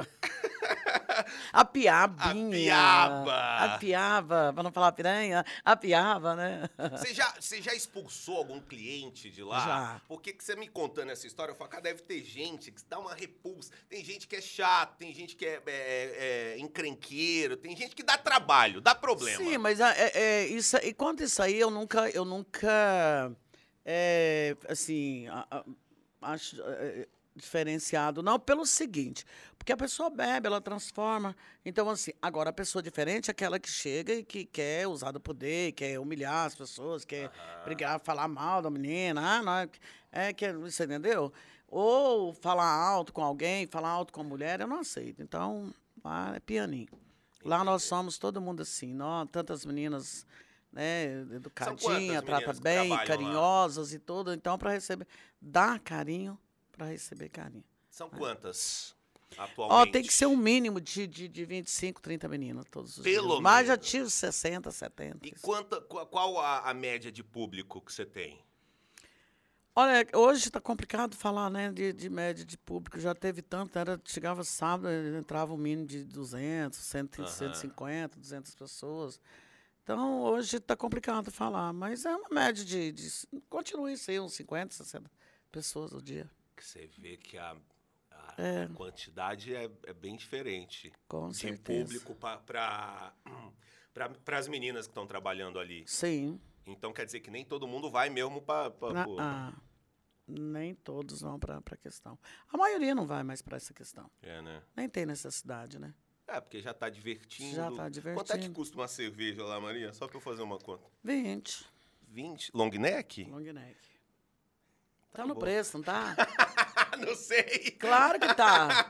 A piabinha. A piaba. A piaba, para não falar piranha, a piaba, né? Você já, você já expulsou algum cliente de lá? Já. Porque que você me contando essa história, eu falo, cara, deve ter gente que dá uma repulsa. Tem gente que é chato, tem gente que é, é- é encrenqueiro, tem gente que dá trabalho, dá problema. Sim, mas é, é- é isso, e quanto isso aí, eu nunca, eu nunca, é, assim, a- a- acho, é, diferenciado, não, pelo seguinte, porque a pessoa bebe, ela transforma. Então, assim, agora a pessoa diferente é aquela que chega e que quer usar do poder, quer humilhar as pessoas, quer Aham. brigar, falar mal da menina, ah, não, é, é que, você entendeu? Ou falar alto com alguém, falar alto com a mulher, eu não aceito. Então, lá é pianinho. Lá nós somos todo mundo assim, nós, tantas meninas, né, educadinhas, trata que bem, trabalham lá? carinhosas e tudo. Então, para receber, dar carinho, para receber carinho. São quantas Ó, atualmente? tem que ser um mínimo de, de, de vinte e cinco, trinta meninas todos os Pelo dias. Mas já menos. tive sessenta, setenta. E quanta, qu- qual a, a média de público que você tem? Olha, hoje está complicado falar, né, de, de média de público. Já teve tanto, era, chegava sábado, entrava um mínimo de duzentos, cem, Aham. cento e cinquenta, duzentas pessoas. Então, hoje está complicado falar, mas é uma média de, de continue ser uns cinquenta, sessenta pessoas ao dia. Que você vê que a, a É. quantidade é, é bem diferente. Com de certeza. público para as meninas que estão trabalhando ali. Sim. Então quer dizer que nem todo mundo vai mesmo para. Na- ah, nem todos vão para a questão. A maioria não vai mais para essa questão. É, né? Nem tem necessidade, né? É, porque já tá divertindo. Já tá Quanto é que divertindo. custa uma cerveja lá, Maria? Só para eu fazer uma conta. vinte, vinte? Long neck? long neck. Tá, Tá no bom. preço, não tá? Não sei. Claro que tá.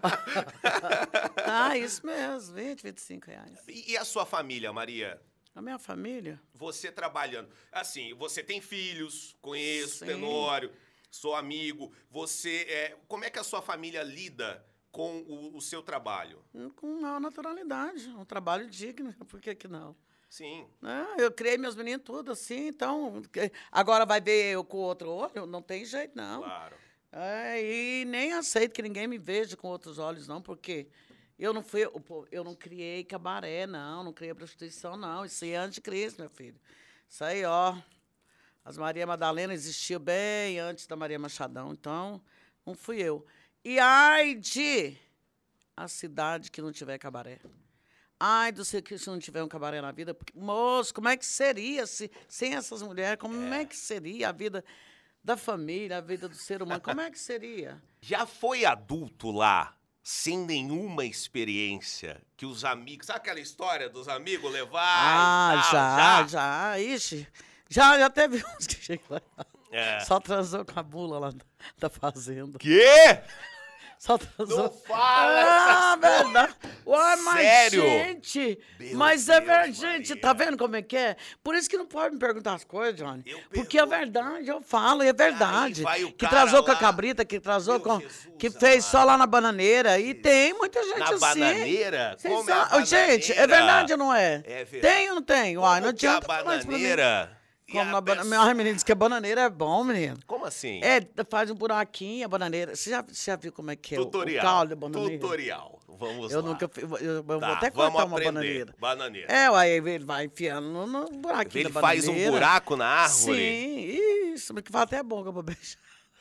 Tá, isso mesmo, vinte, vinte e cinco reais. E, e a sua família, Maria? A minha família, Você trabalhando. Assim, você tem filhos, conheço, Sim. Tenório, sou amigo. Você. É, como é que a sua família lida com o, o seu trabalho? hum, com uma naturalidade, um trabalho digno, por que que não? Sim. Não, eu criei meus meninos tudo assim, então, que- agora vai ver eu com outro olho? Não tem jeito, não. Claro. É, e nem aceito que ninguém me veja com outros olhos, não, porque eu não fui, eu- pô, eu não criei cabaré, não, não criei prostituição, não. Isso aí é anticristo, meu filho. Isso aí, ó. As Maria Madalena existiam bem antes da Maria Machadão, então não fui eu. E ai de a cidade que não tiver cabaré. Ai do seu que se não tiver um cabaré na vida, porque, moço, como é que seria se, sem essas mulheres? Como é. que seria a vida da família, a vida do ser humano? Como é que seria? Já foi adulto lá, sem nenhuma experiência, que os amigos... Sabe aquela história dos amigos levar Ah, e tal, já, já, ixi. Já, já teve uns que chegou lá. É. Só transou com a bula lá da- da fazenda. Quê? Só transou. Não fala Ah, essas verdade. Uai, mas, Sério? gente, Meu mas é Deus, verdade, gente, Maria. tá vendo como é que é? Por isso que não pode me perguntar as coisas, Johnny. Eu Porque é pergunto. verdade, eu falo, e é verdade. vai o Que cara transou com a lá, cabrita, que transou meu com. Jesus Que fez amado. só lá na bananeira. E tem muita gente Na assim. bananeira? Vocês Como é a sabem- Gente, é bananeira? verdade ou não é? É verdade. Tem ou não tem? Uai, não Como que é a adianta falar isso pra mim. bananeira? E Como a na bana... pessoa- Minha menina disse que a bananeira é bom, menino. Como assim? É, faz um buraquinho, a bananeira. Você já, você já viu como é que é o- Tutorial. o caldo da bananeira? Tutorial. Vamos Eu lá. nunca fiz. Eu, eu vou Tá, até vamos cortar uma aprender. bananeira. Bananeira. É, uai, ele vai enfiando no, no buraquinho Ele da faz bananeira. um buraco na árvore? Sim, isso, porque faz até a boca pra beijar.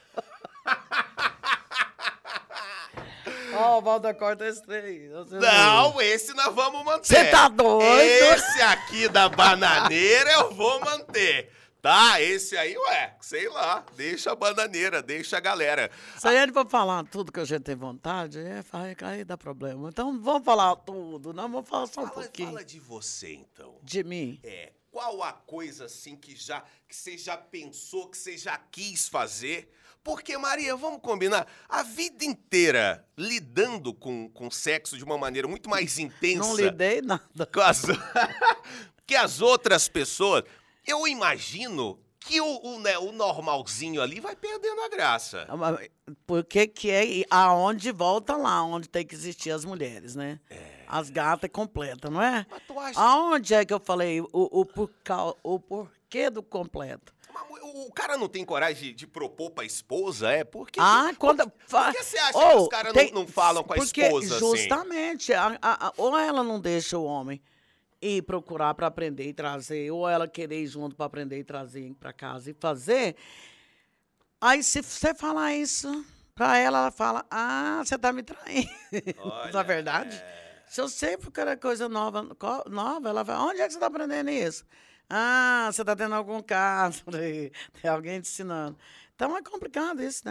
Ó, o Valda corta esse trem. Você Não, esse nós vamos manter. Você tá doido? Esse aqui da bananeira eu vou manter. Tá? Esse aí, ué, sei lá. Deixa a bananeira, deixa a galera. Se a gente for falar tudo que a gente tem vontade, é, aí, aí dá problema. Então, vamos falar tudo, não vamos falar só um Fala, pouquinho. fala de você, então. De mim. É, qual a coisa assim que já que você já pensou, que você já quis fazer? Porque, Maria, vamos combinar, a vida inteira lidando com, com sexo de uma maneira muito mais intensa Não lidei nada. com as- que as outras pessoas, eu imagino que o, o, né, o normalzinho ali vai perdendo a graça. Porque que é e aonde volta lá, onde tem que existir as mulheres, né? As gatas completas, não é? Mas tu acha... Aonde é que eu falei o, o, por, cau- o porquê do completo? Mas o, o cara não tem coragem de, de propor pra esposa, é? Porque, Ah, quando... por, fa- por que você acha Ou que os caras tem- não, não falam com a porque esposa assim? justamente, a- a- a- ou ela não deixa o homem ir procurar para aprender e trazer, ou ela querer ir junto para aprender e trazer para casa e fazer. Aí, se você falar isso para ela, ela fala, ah, você tá me traindo. Olha, Na verdade, é. se eu sei porque era coisa nova, co- nova, ela fala, onde é que você tá aprendendo isso? Ah, você tá tendo algum caso, aí, tem alguém te ensinando. Então, é complicado isso, né?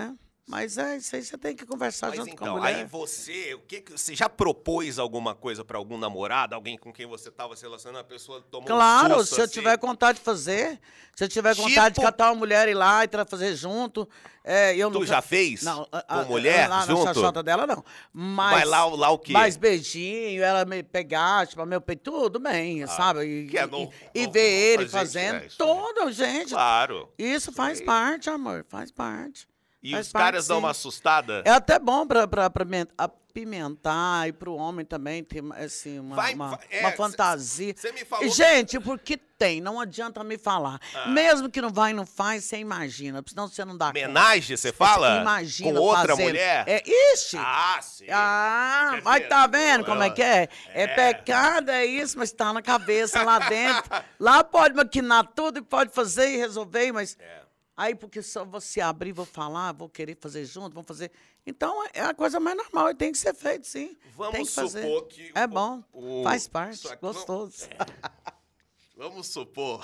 Mas é isso aí, você tem que conversar Mas junto então, com a mulher. aí você, o que que você já propôs alguma coisa pra algum namorado, alguém com quem você tava se relacionando, a pessoa tomou Claro, um susto, se eu assim? tiver vontade de fazer, se eu tiver vontade Tipo- de catar uma mulher e ir lá e tra- fazer junto, é, eu Tu nunca- já fez? Não, a- Com a- mulher, lá junto? na chachota dela, não. Mas, Vai lá, lá o quê? Mais beijinho, ela me pegar, tipo, meu peito, tudo bem, sabe? E, que é e- no- e no- ver ele a gente fazendo, é isso, né? todo, gente. Claro. Isso faz aí. parte, amor, faz parte. E Faz os parte, caras dão sim. uma assustada? É até bom pra, pra, pra men- apimentar e pro homem também ter assim, uma, Vai- uma, vai- é, uma cê- fantasia. cê me falou- Gente, porque tem, não adianta me falar. Ah. Mesmo que não vai e não faz, você imagina, senão você não dá conta. Homenagem, você fala? Imagina Com outra fazendo. mulher? É, ixi! Ah, sim. Ah, Quer mas dizer, tá vendo como é que é? É, é. pecado, é isso, mas tá na cabeça lá dentro. Lá pode maquinar tudo e pode fazer e resolver, mas... É. Aí, porque só você abrir, vou falar, vou querer fazer junto, vamos fazer... Então, é a coisa mais normal e tem que ser feito, sim. Vamos tem que fazer. supor que É o- bom, o- faz parte, isso aqui- gostoso. Vamos supor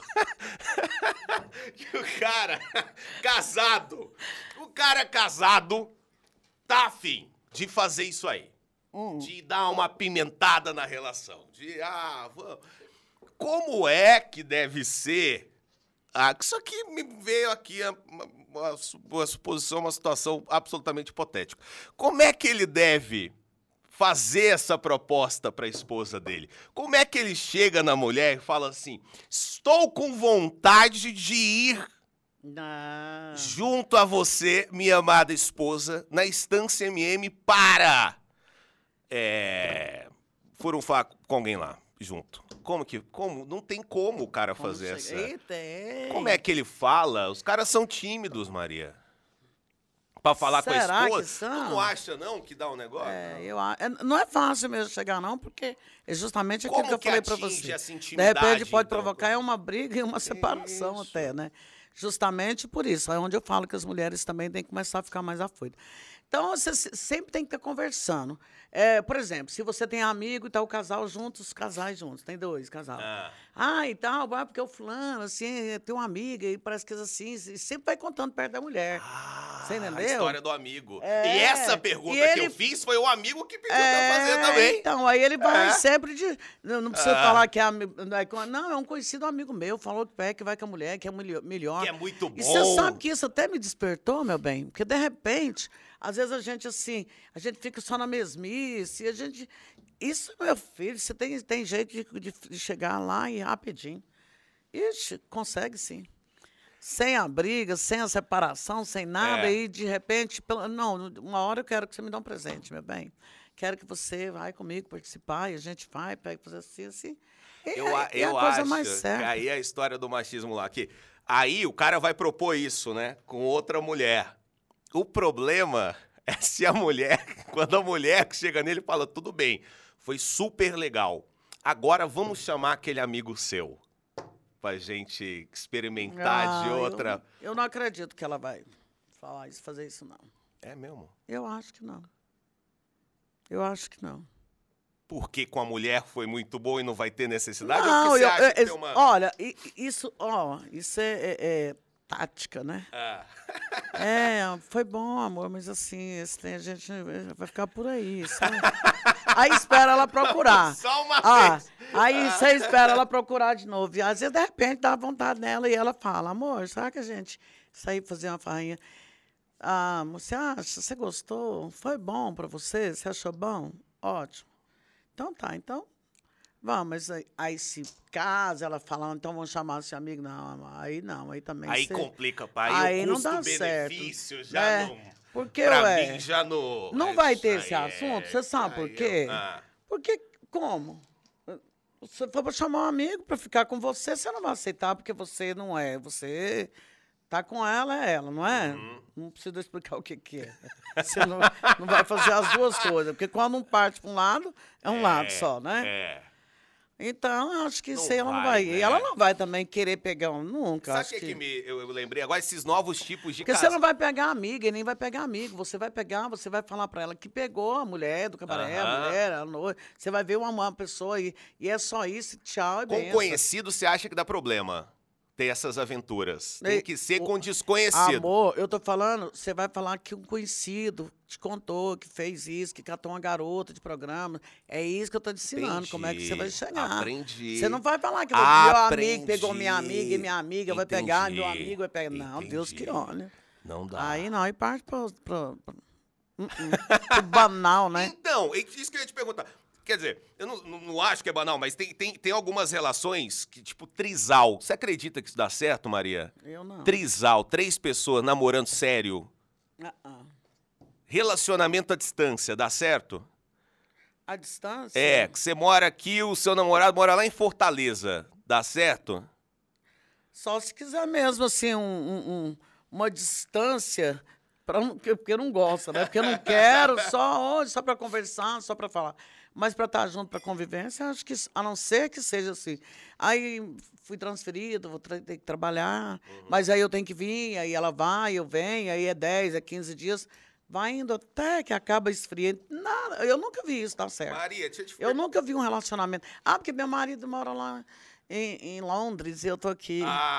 que o cara casado, o cara casado tá afim de fazer isso aí. Hum. De dar uma pimentada na relação. De, ah, vamos... Como é que deve ser... Ah, isso aqui me veio aqui a- uma, uma su- uma suposição, uma situação absolutamente hipotética. Como é que ele deve fazer essa proposta para a esposa dele? Como é que ele chega na mulher e fala assim: estou com vontade de ir Não. junto a você, minha amada esposa, na Estância M M para é, for um faco com alguém lá, junto. Como que... Como? Não tem como o cara Como fazer chega- essa... Eita, é. Como é que ele fala? Os caras são tímidos, Maria. Pra falar Será com a que esposa. são? Tu não acha, não, que dá um negócio? É, eu, a- é, não é fácil mesmo chegar, não, porque é justamente aquilo Como que eu que falei pra atinge você. essa De intimidade, repente pode então, provocar com- é uma briga e uma separação Isso. até, né? Justamente por isso, é onde eu falo que as mulheres também têm que começar a ficar mais afoitas. Então, você se- sempre tem que estar conversando. É, por exemplo, se você tem amigo e tá o casal juntos, os casais juntos, tem dois casais. Ah. Ah, e tal, vai porque o fulano, assim, tem uma amiga e parece que é assim, e sempre vai contando perto da mulher. Ah, Você entendeu? a história do amigo. É. E essa pergunta E que ele- eu fiz foi o amigo que pediu pra eu fazer também. Então, aí ele vai É. sempre de. Não, não precisa Ah. falar que é amigo. Não, é com- não, é um conhecido amigo meu, falou que é que vai com a mulher, que é melhor. melhor. Que é muito E bom. você sabe que isso até me despertou, meu bem, porque de repente, às vezes a gente assim, a gente fica só na mesmice, e a gente. Isso, meu filho, você tem, tem jeito de, de- de chegar lá e rapidinho. Ixi, consegue sim. Sem a briga, sem a separação, sem nada, É. e de repente, pela- não, uma hora eu quero que você me dê um presente, meu bem. Quero que você vai comigo participar, e a gente vai, pega fazer assim, assim. E Eu, a- é, é a eu coisa acho mais que certa. aí é a história do machismo lá. Que aí o cara vai propor isso, né? Com outra mulher. O problema é se a mulher, quando a mulher chega nele e fala, tudo bem, foi super legal. Agora vamos chamar aquele amigo seu pra gente experimentar Ah, de eu- outra... Eu, não acredito que ela vai falar isso, fazer isso, não. É mesmo? Eu acho que não. Eu acho que não. Porque com a mulher foi muito bom e não vai ter necessidade? Ou Não, porque você eu- acha eu- que tem uma... olha, i- isso, ó, isso é, é- é tática, né? Ah. É, foi bom, amor, mas assim, esse trem a gente vai ficar por aí, sabe? Aí espera ela procurar. Só uma Ah, vez. aí você espera ela procurar de novo. E às vezes, de repente, dá vontade nela e ela fala, amor, será que a gente sair fazer uma farrinha? Ah, amor, você acha? Você gostou? Foi bom pra você? Você achou bom? Ótimo. Então tá, então vamos. Mas aí, aí se caso ela falar, então vamos chamar seu amigo. Não, aí não, aí também Aí você- complica, pai. Aí o não dá custo-benefício certo. já É, não... porque, pra ué, mim já não... não vai ter Isso esse aí assunto. é- Você sabe por aí quê? eu- ah. Porque, como? Você for pra chamar um amigo para ficar com você, você não vai aceitar, porque você não é. Você tá com ela, é ela, não é? Uhum. Não precisa explicar o que, que é. Você não, não vai fazer as duas coisas, porque quando um parte para um lado, é um lado só, né? É. Então, eu acho que Não isso aí ela não vai, vai. né? E ela não vai também querer pegar um. Nunca. Sabe o acho que, que... que me, eu, eu lembrei? Agora, esses novos tipos de Porque você casa- não vai pegar amiga e nem vai pegar amigo. Você vai pegar, você vai falar pra ela que pegou a mulher do cabaré, a Aham. mulher, a noiva. Você vai ver uma, uma pessoa e, e é só isso, tchau e Com benção. conhecido, você acha que dá problema? ter essas aventuras. Tem E- que ser o- com desconhecido. Amor, eu tô falando, você vai falar que um conhecido te contou, que fez isso, que catou uma garota de programa. É isso que eu tô te ensinando, como é que você vai Entendi, chegar. aprendi. Você não vai falar que eu vou- meu Aprendi, amigo pegou minha amiga e minha amiga vai pegar, meu entendi, amigo vai pegar. Não, Deus que entendi. olha. Não dá. Aí não, aí parte pro, pro, pro, uh -uh, pro banal, né? Então, é isso que eu ia te perguntar. Quer dizer, eu não, não, não acho que é banal, mas tem, tem, tem algumas relações que, tipo, trisal. Você acredita que isso dá certo, Maria? Eu não. Trisal, três pessoas namorando sério. Uh -uh. Relacionamento à distância, dá certo? A distância? É, que você mora aqui, o seu namorado mora lá em Fortaleza. Dá certo? Só se quiser mesmo, assim, um, um- um- uma distância, pra, não- que- porque eu não gosto, né? Porque eu não quero, só hoje, só para conversar, só para falar. Mas para estar junto, para convivência, acho que, a não ser que seja assim. Aí fui transferido, vou tra- ter que trabalhar, mas aí eu tenho que vir, aí ela vai, eu venho, aí é dez, é quinze dias, vai indo até que acaba esfriando. Nada, eu nunca vi isso dar certo. Maria, deixa eu te Eu nunca vi um relacionamento. Ah, porque meu marido mora lá em, em Londres e eu tô aqui.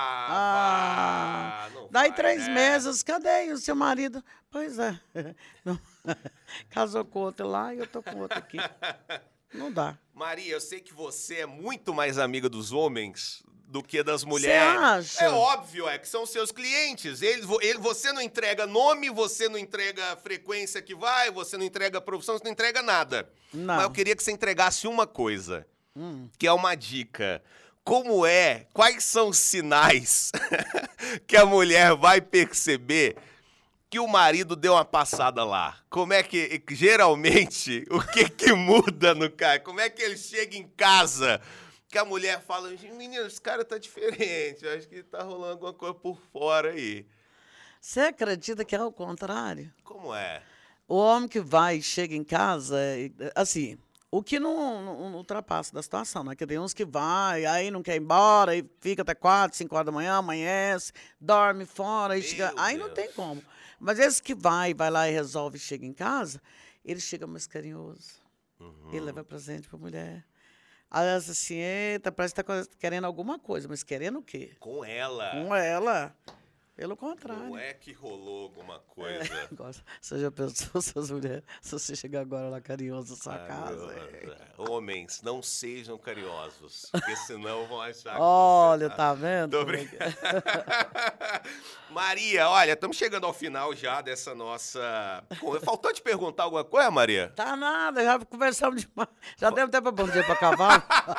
Ah, vá, não Daí vai, três né? meses, cadê o seu marido? Pois é. Não. Casou com outro lá e eu tô com outro aqui. Não dá. Maria, eu sei que você é muito mais amiga dos homens do que das mulheres. acha? É óbvio, é que são seus clientes. Eles, vo- ele, você não entrega nome, você não entrega a frequência que vai, você não entrega a profissão, você não entrega nada. Não. Mas eu queria que você entregasse uma coisa, que é uma dica. Como é, quais são os sinais que a mulher vai perceber que o marido deu uma passada lá? Como é que, geralmente, o que que muda no cara? Como é que ele chega em casa que a mulher fala, menino, esse cara tá diferente, eu acho que tá rolando alguma coisa por fora aí. Você acredita que é o contrário? Como é? O homem que vai e chega em casa, é, assim, o que não, não- não ultrapassa da situação, né? Que tem uns que vai, aí não quer ir embora, aí fica até quatro, cinco horas da manhã, amanhece, dorme fora, aí, Meu chega, aí não Deus. tem como. Mas esse que vai, vai lá e resolve e chega em casa, ele chega mais carinhoso. Uhum. Ele leva presente pra mulher. Aí ela diz assim, eita, parece que tá querendo alguma coisa, mas querendo o quê? Com ela. Com ela. Pelo contrário. Não é que rolou alguma coisa. Gosta. Você já pensou, suas mulheres, se você chegar agora lá carinhoso na sua Ah, casa? meu, é. é. Homens, não sejam carinhosos, porque senão vão achar que Olha, você tá vendo? Tô como é que é? Maria, olha, estamos chegando ao final já dessa nossa... Pô, faltou te perguntar alguma coisa, Maria? Tá nada, já conversamos demais. Já deu tempo para bom dia para cavalo.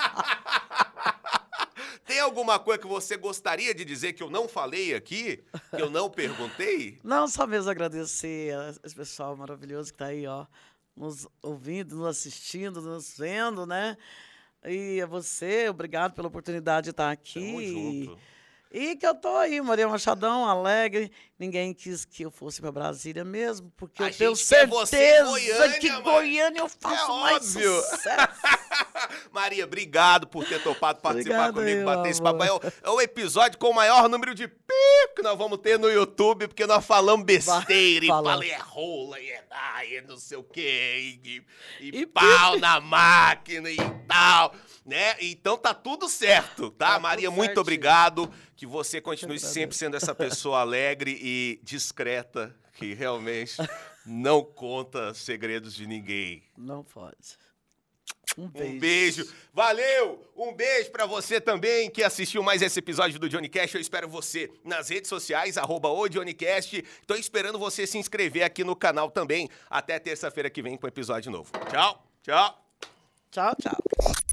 Tem alguma coisa que você gostaria de dizer que eu não falei aqui? Que eu não perguntei? Não, só mesmo agradecer a esse pessoal maravilhoso que tá aí, ó, nos ouvindo, nos assistindo, nos vendo, né? E a você, obrigado pela oportunidade de estar aqui. Tamo junto. E que eu tô aí, Maria Machadão, alegre. Ninguém quis que eu fosse para Brasília mesmo, porque A eu tenho gente quer você em certeza Goiânia, que mãe. Goiânia eu faço É mais óbvio. sucesso. Maria, obrigado por ter topado participar Obrigado comigo, aí, bater meu esse papo. É o, amor. é o episódio com o maior número de pi que nós vamos ter no YouTube, porque nós falamos besteira, e Falamos. falei é rola, e é, ah, e é não sei o quê, e, e, E pau na máquina e tal, né? Então tá tudo certo, tá? Tá Maria, tudo muito certinho. obrigado, que você continue agradeço. sempre sendo essa pessoa alegre e discreta, que realmente não conta segredos de ninguém. Não pode. Um beijo. Um beijo. Valeu! Um beijo pra você também que assistiu mais esse episódio do JohnnyCast. Eu espero você nas redes sociais, arroba o JohnnyCast. Tô esperando você se inscrever aqui no canal também. Até terça-feira que vem com um episódio novo. Tchau, tchau. Tchau, tchau.